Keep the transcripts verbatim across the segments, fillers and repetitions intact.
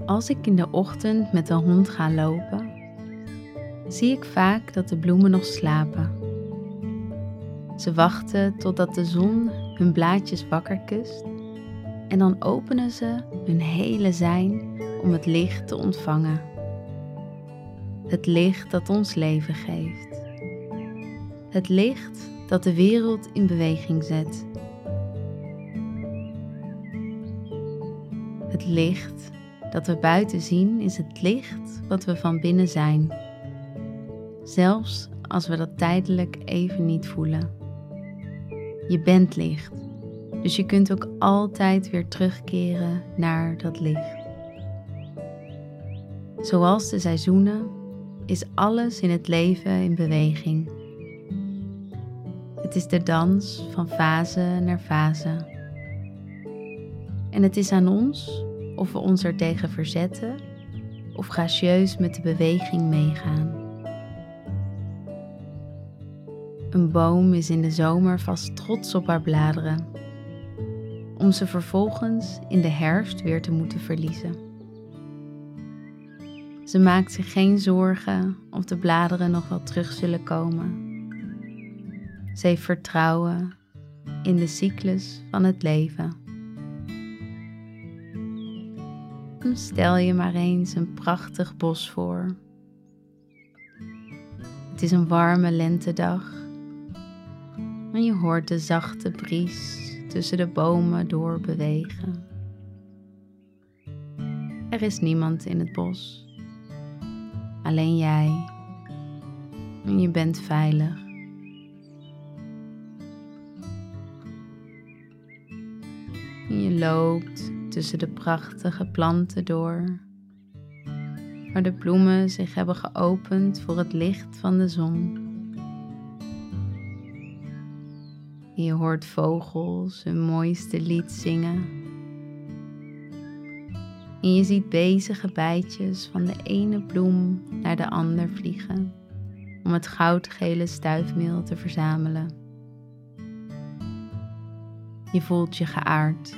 Als ik in de ochtend met de hond ga lopen, zie ik vaak dat de bloemen nog slapen. Ze wachten totdat de zon hun blaadjes wakker kust en dan openen ze hun hele zijn om het licht te ontvangen. Het licht dat ons leven geeft. Het licht dat de wereld in beweging zet. Het licht dat we buiten zien is het licht wat we van binnen zijn. Zelfs als we dat tijdelijk even niet voelen. Je bent licht, dus je kunt ook altijd weer terugkeren naar dat licht. Zoals de seizoenen is alles in het leven in beweging. Het is de dans van fase naar fase. En het is aan ons of we ons er tegen verzetten of gracieus met de beweging meegaan. Een boom is in de zomer vast trots op haar bladeren, om ze vervolgens in de herfst weer te moeten verliezen. Ze maakt zich geen zorgen of de bladeren nog wel terug zullen komen. Ze heeft vertrouwen in de cyclus van het leven. Stel je maar eens een prachtig bos voor. Het is een warme lentedag en je hoort de zachte bries tussen de bomen door bewegen. Er is niemand in het bos, alleen jij, en je bent veilig. En je loopt tussen de prachtige planten door, waar de bloemen zich hebben geopend voor het licht van de zon. En je hoort vogels hun mooiste lied zingen. En je ziet bezige bijtjes van de ene bloem naar de ander vliegen, om het goudgele stuifmeel te verzamelen. Je voelt je geaard.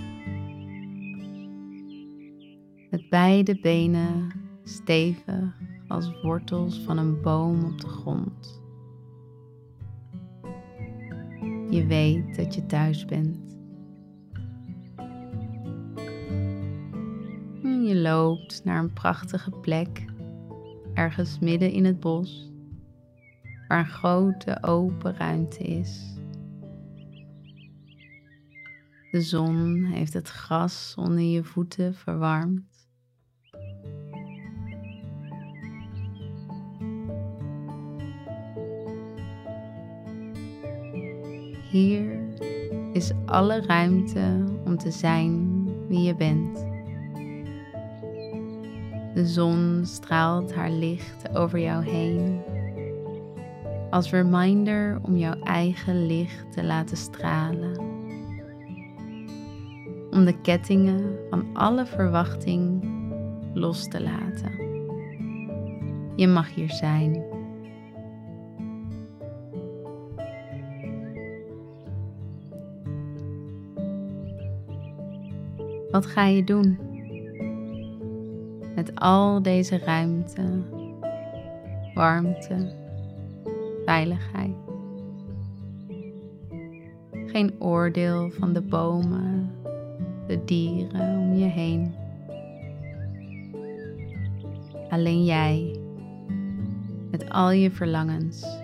Met beide benen stevig als wortels van een boom op de grond. Je weet dat je thuis bent. Je loopt naar een prachtige plek, ergens midden in het bos, waar een grote open ruimte is. De zon heeft het gras onder je voeten verwarmd. Hier is alle ruimte om te zijn wie je bent. De zon straalt haar licht over jou heen, als reminder om jouw eigen licht te laten stralen. Om de kettingen van alle verwachting los te laten. Je mag hier zijn. Wat ga je doen met al deze ruimte, warmte, veiligheid? Geen oordeel van de bomen, de dieren om je heen. Alleen jij, met al je verlangens.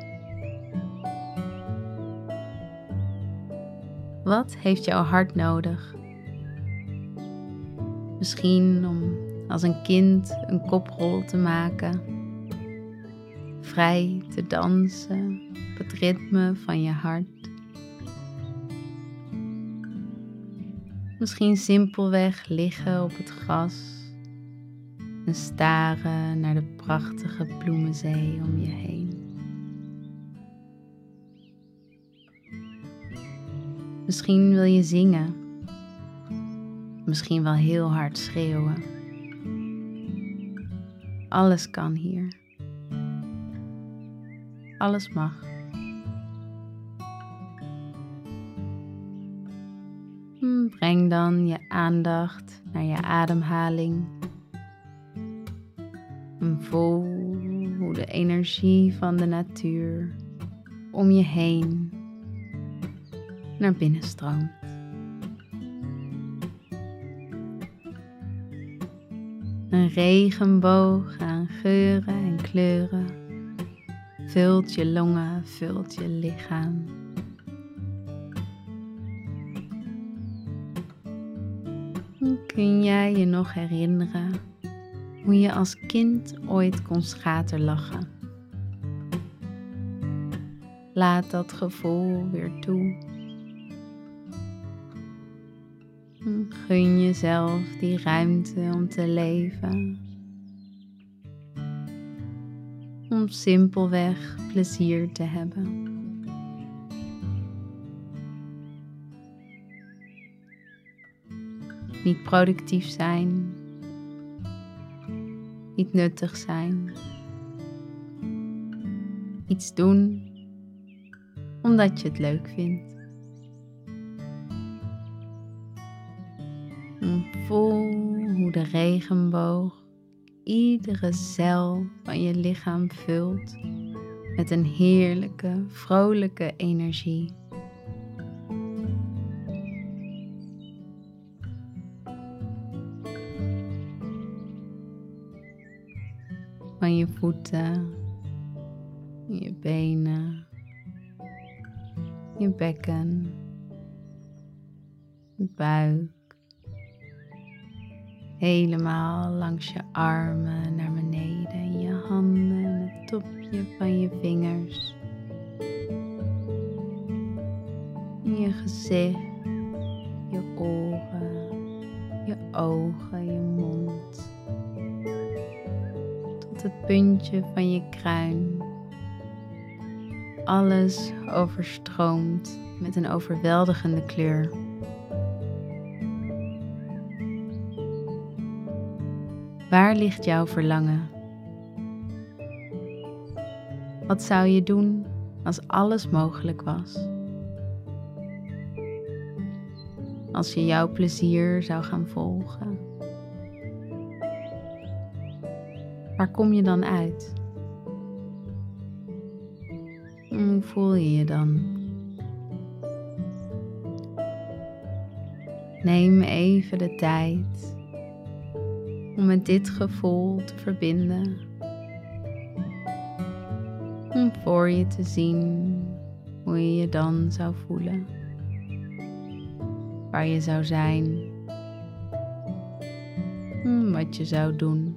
Wat heeft jouw hart nodig? Misschien om als een kind een koprol te maken, vrij te dansen op het ritme van je hart. Misschien simpelweg liggen op het gras en staren naar de prachtige bloemenzee om je heen. Misschien wil je zingen. Misschien wel heel hard schreeuwen. Alles kan hier. Alles mag. Breng dan je aandacht naar je ademhaling En voel hoe de energie van de natuur om je heen naar binnen stroomt. Een regenboog aan geuren en kleuren vult je longen, vult je lichaam. Kun jij je nog herinneren hoe je als kind ooit kon schaterlachen? Laat dat gevoel weer toe. Gun jezelf die ruimte om te leven. Om simpelweg plezier te hebben. Niet productief zijn. Niet nuttig zijn. Iets doen omdat je het leuk vindt. En voel hoe de regenboog iedere cel van je lichaam vult met een heerlijke, vrolijke energie. Van je voeten, je benen, je bekken, je buik. Helemaal langs je armen naar beneden, je handen, het topje van je vingers. Je gezicht, je oren, je ogen, je mond. Tot het puntje van je kruin. Alles overstroomt met een overweldigende kleur. Waar ligt jouw verlangen? Wat zou je doen als alles mogelijk was? Als je jouw plezier zou gaan volgen? Waar kom je dan uit? Hoe voel je je dan? Neem even de tijd om met dit gevoel te verbinden. Om voor je te zien hoe je je dan zou voelen. Waar je zou zijn. Wat je zou doen.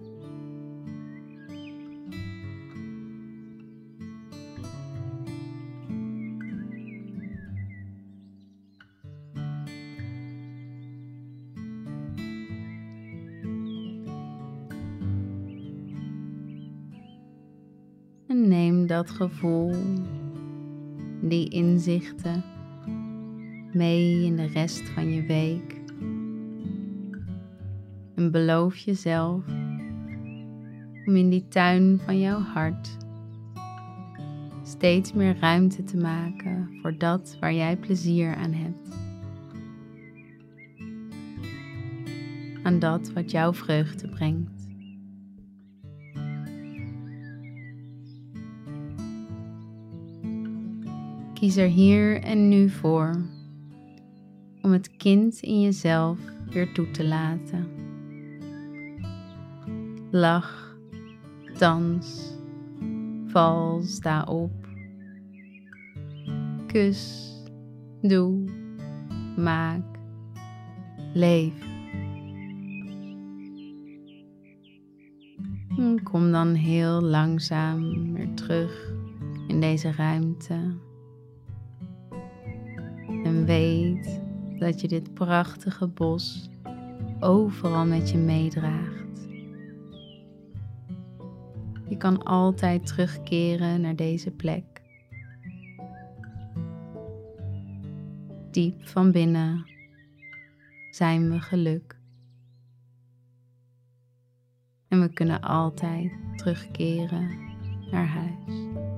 En neem dat gevoel, die inzichten, mee in de rest van je week. En beloof jezelf om in die tuin van jouw hart steeds meer ruimte te maken voor dat waar jij plezier aan hebt. Aan dat wat jouw vreugde brengt. Kies er hier en nu voor om het kind in jezelf weer toe te laten. Lach, dans, val, sta op. Kus, doe, maak, leef. En kom dan heel langzaam weer terug in deze ruimte. En weet dat je dit prachtige bos overal met je meedraagt. Je kan altijd terugkeren naar deze plek. Diep van binnen zijn we geluk. En we kunnen altijd terugkeren naar huis.